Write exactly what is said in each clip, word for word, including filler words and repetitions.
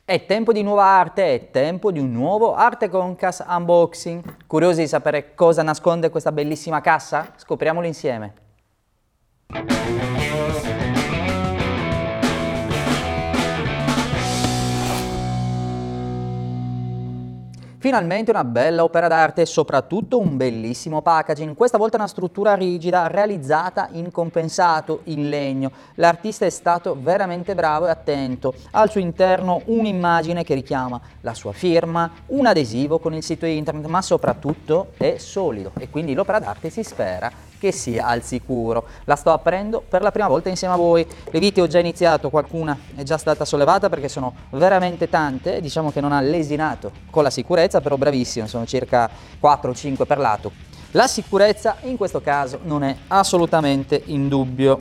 È tempo di nuova arte, è tempo di un nuovo Arte Concast unboxing. Curiosi di sapere cosa nasconde questa bellissima cassa? Scopriamolo insieme. Finalmente una bella opera d'arte e soprattutto un bellissimo packaging, questa volta una struttura rigida realizzata in compensato, in legno. L'artista è stato veramente bravo e attento, al suo interno un'immagine che richiama la sua firma, un adesivo con il sito internet, ma soprattutto è solido e quindi l'opera d'arte si spera che sia al sicuro. La sto aprendo per la prima volta insieme a voi, le viti ho già iniziato, qualcuna è già stata sollevata perché sono veramente tante, diciamo che non ha lesinato con la sicurezza, però bravissimo, sono circa quattro o cinque per lato. La sicurezza in questo caso non è assolutamente in dubbio.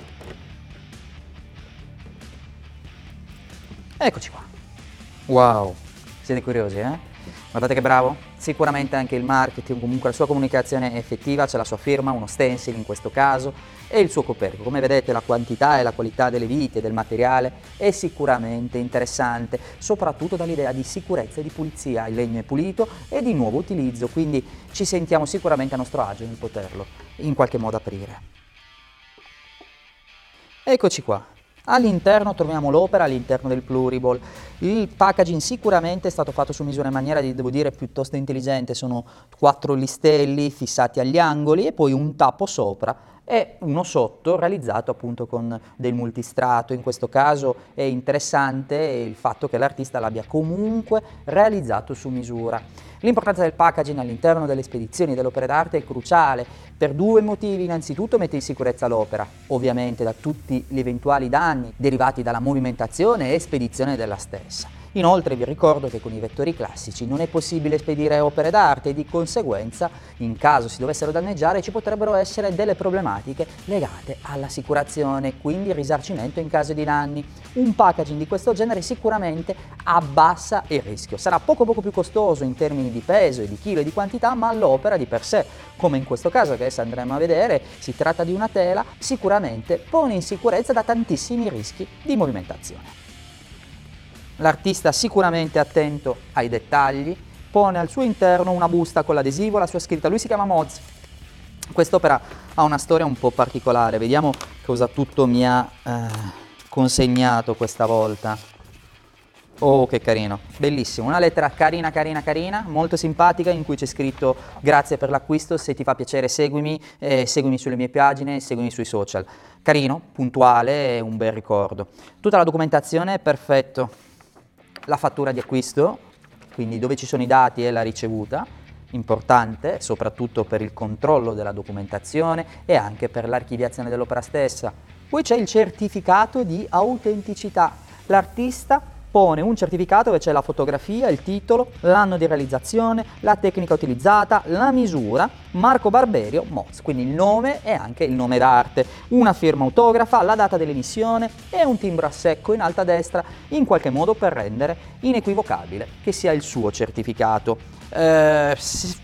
Eccoci qua. Wow, siete curiosi, eh? Guardate che bravo, sicuramente anche il marketing, comunque la sua comunicazione è effettiva, c'è la sua firma, uno stencil in questo caso e il suo coperchio. Come vedete la quantità e la qualità delle viti e del materiale è sicuramente interessante, soprattutto dall'idea di sicurezza e di pulizia. Il legno è pulito e di nuovo utilizzo, quindi ci sentiamo sicuramente a nostro agio nel poterlo in qualche modo aprire. Eccoci qua. All'interno troviamo l'opera, all'interno del pluriball. Il packaging sicuramente è stato fatto su misura in maniera, devo dire, piuttosto intelligente. Sono quattro listelli fissati agli angoli e poi un tappo sopra e uno sotto realizzato appunto con del multistrato. In questo caso è interessante il fatto che l'artista l'abbia comunque realizzato su misura. L'importanza del packaging all'interno delle spedizioni dell'opera d'arte è cruciale per due motivi. Innanzitutto mette in sicurezza l'opera, ovviamente da tutti gli eventuali danni derivati dalla movimentazione e spedizione della stessa. Inoltre vi ricordo che con i vettori classici non è possibile spedire opere d'arte e di conseguenza, in caso si dovessero danneggiare, ci potrebbero essere delle problematiche legate all'assicurazione, quindi il risarcimento in caso di danni. Un packaging di questo genere sicuramente abbassa il rischio. Sarà poco poco più costoso in termini di peso e di chilo e di quantità, ma l'opera di per sé, come in questo caso che adesso andremo a vedere, si tratta di una tela, sicuramente pone in sicurezza da tantissimi rischi di movimentazione. L'artista sicuramente attento ai dettagli, pone al suo interno una busta con l'adesivo, la sua scritta, lui si chiama Moz. Quest'opera ha una storia un po' particolare, vediamo cosa tutto mi ha eh, consegnato questa volta. Oh, che carino, bellissimo, una lettera carina carina carina, molto simpatica, in cui c'è scritto: grazie per l'acquisto, se ti fa piacere seguimi, eh, seguimi sulle mie pagine, seguimi sui social. Carino, puntuale e un bel ricordo. Tutta la documentazione è perfetto. La fattura di acquisto, quindi dove ci sono i dati e la ricevuta, importante soprattutto per il controllo della documentazione e anche per l'archiviazione dell'opera stessa. Poi c'è il certificato di autenticità. L'artista pone un certificato dove c'è la fotografia, il titolo, l'anno di realizzazione, la tecnica utilizzata, la misura, Marco Barberio Moz, quindi il nome e anche il nome d'arte, una firma autografa, la data dell'emissione e un timbro a secco in alto a destra, in qualche modo per rendere inequivocabile che sia il suo certificato. Eh,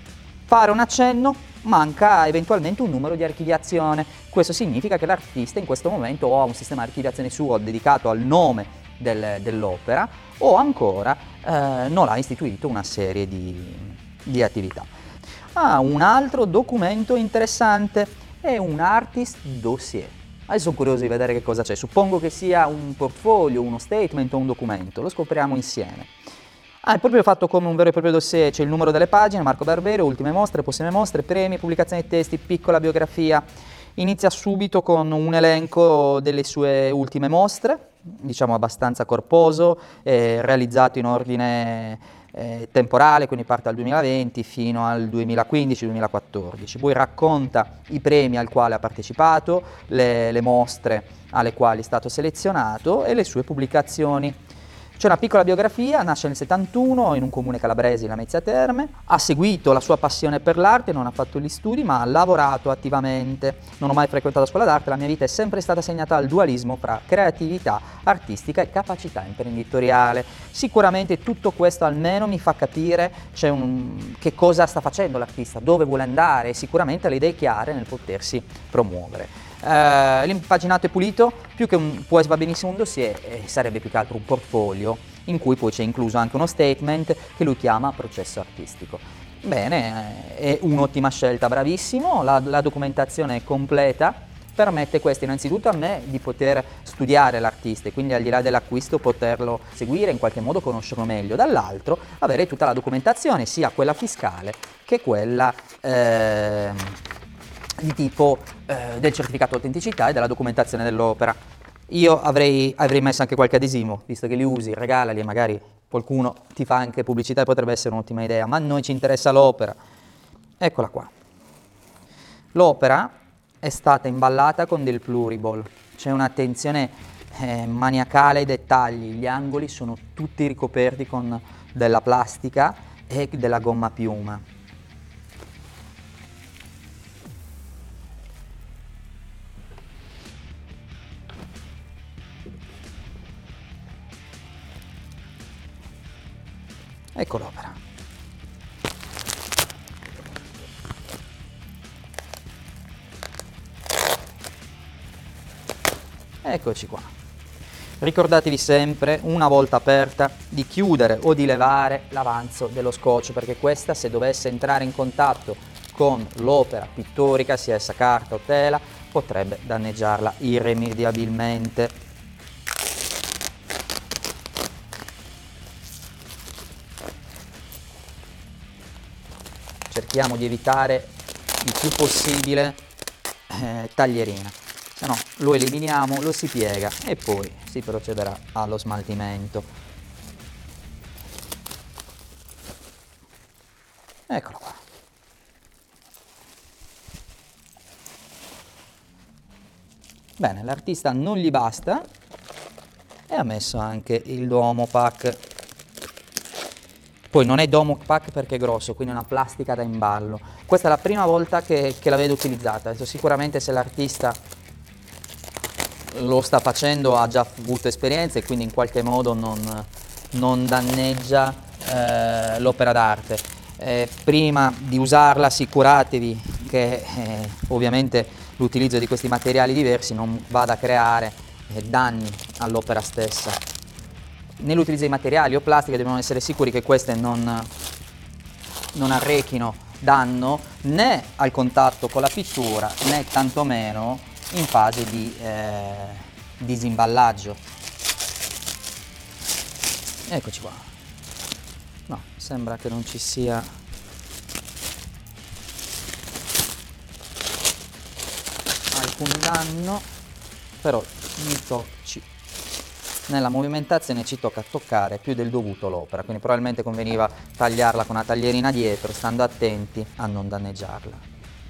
fare un accenno: manca eventualmente un numero di archiviazione. Questo significa che l'artista in questo momento o ha un sistema di archiviazione suo dedicato al nome Del, dell'opera o ancora eh, non ha istituito una serie di, di attività. Ah, un altro documento interessante è un artist dossier. Adesso sono curioso di vedere che cosa c'è, suppongo che sia un portfolio, uno statement o un documento, lo scopriamo insieme. Ah, è proprio fatto come un vero e proprio dossier, c'è il numero delle pagine, Marco Barberio, ultime mostre, prossime mostre, premi, pubblicazione di testi, piccola biografia. Inizia subito con un elenco delle sue ultime mostre, diciamo abbastanza corposo, eh, realizzato in ordine eh, temporale, quindi parte dal duemilaventi fino al duemilaquindici duemilaquattordici. Poi racconta i premi al quale ha partecipato, le, le mostre alle quali è stato selezionato e le sue pubblicazioni. C'è una piccola biografia, nasce nel settantuno in un comune calabrese, Lamezia Terme, ha seguito la sua passione per l'arte, non ha fatto gli studi ma ha lavorato attivamente. Non ho mai frequentato la scuola d'arte, la mia vita è sempre stata segnata dal dualismo fra creatività artistica e capacità imprenditoriale. Sicuramente tutto questo almeno mi fa capire c'è un, che cosa sta facendo l'artista, dove vuole andare e sicuramente ha le idee chiare nel potersi promuovere. Uh, l'impaginato è pulito, più che un, può va benissimo un dossier, eh, sarebbe più che altro un portfolio in cui poi c'è incluso anche uno statement che lui chiama processo artistico. Bene, è un'ottima scelta, bravissimo, la, la documentazione è completa, permette questo innanzitutto a me di poter studiare l'artista e quindi al di là dell'acquisto poterlo seguire, in qualche modo conoscerlo meglio, dall'altro avere tutta la documentazione, sia quella fiscale che quella eh, di tipo eh, del certificato di autenticità e della documentazione dell'opera. Io avrei, avrei messo anche qualche adesivo, visto che li usi, regalali e magari qualcuno ti fa anche pubblicità, potrebbe essere un'ottima idea, ma a noi ci interessa l'opera. Eccola qua. L'opera è stata imballata con del pluriball, c'è un'attenzione eh, maniacale ai dettagli, gli angoli sono tutti ricoperti con della plastica e della gomma a piuma. Ecco l'opera. Eccoci qua. Ricordatevi sempre, una volta aperta, di chiudere o di levare l'avanzo dello scotch, perché questa, se dovesse entrare in contatto con l'opera pittorica, sia essa carta o tela, potrebbe danneggiarla irrimediabilmente. Cerchiamo di evitare il più possibile eh, taglierina, se no lo eliminiamo, lo si piega e poi si procederà allo smaltimento. Eccolo qua. Bene, l'artista non gli basta e ha messo anche il Duomo Pack. Poi non è Duomo Pack perché è grosso, quindi è una plastica da imballo. Questa è la prima volta che, che la vedo utilizzata. Adesso sicuramente se l'artista lo sta facendo ha già avuto esperienza e quindi in qualche modo non, non danneggia eh, l'opera d'arte. Eh, prima di usarla assicuratevi che eh, ovviamente l'utilizzo di questi materiali diversi non vada a creare eh, danni all'opera stessa. Nell'utilizzo di materiali o plastiche dobbiamo essere sicuri che queste non, non arrechino danno né al contatto con la pittura né tantomeno in fase di eh, disimballaggio. Eccoci qua. No, sembra che non ci sia alcun danno, però mi tocci. Nella movimentazione ci tocca toccare più del dovuto l'opera, quindi probabilmente conveniva tagliarla con una taglierina dietro, stando attenti a non danneggiarla.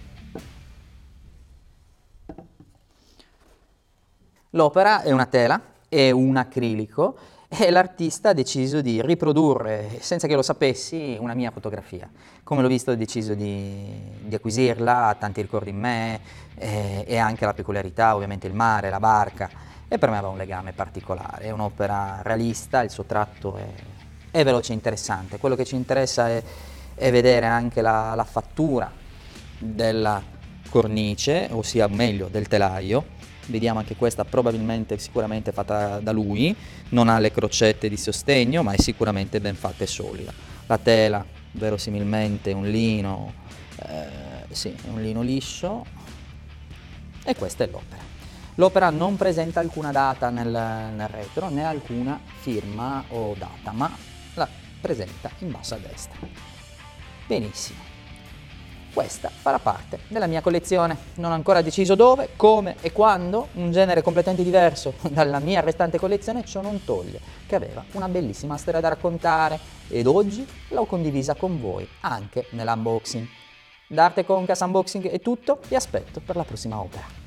L'opera è una tela, è un acrilico e l'artista ha deciso di riprodurre, senza che lo sapessi, una mia fotografia. Come l'ho visto ho deciso di, di acquisirla, ha tanti ricordi in me e, e anche la peculiarità, ovviamente il mare, la barca. E per me aveva un legame particolare, è un'opera realista, il suo tratto è, è veloce e interessante. Quello che ci interessa è, è vedere anche la, la fattura della cornice, ossia meglio del telaio. Vediamo anche questa probabilmente, sicuramente fatta da lui, non ha le crocette di sostegno ma è sicuramente ben fatta e solida. La tela verosimilmente un lino, eh, sì, è un lino liscio e questa è l'opera. L'opera non presenta alcuna data nel, nel retro, né alcuna firma o data, ma la presenta in basso a destra. Benissimo. Questa farà parte della mia collezione. Non ho ancora deciso dove, come e quando, un genere completamente diverso dalla mia restante collezione, ciò non toglie che aveva una bellissima storia da raccontare ed oggi l'ho condivisa con voi anche nell'unboxing. Da Arte Concas Unboxing è tutto, vi aspetto per la prossima opera.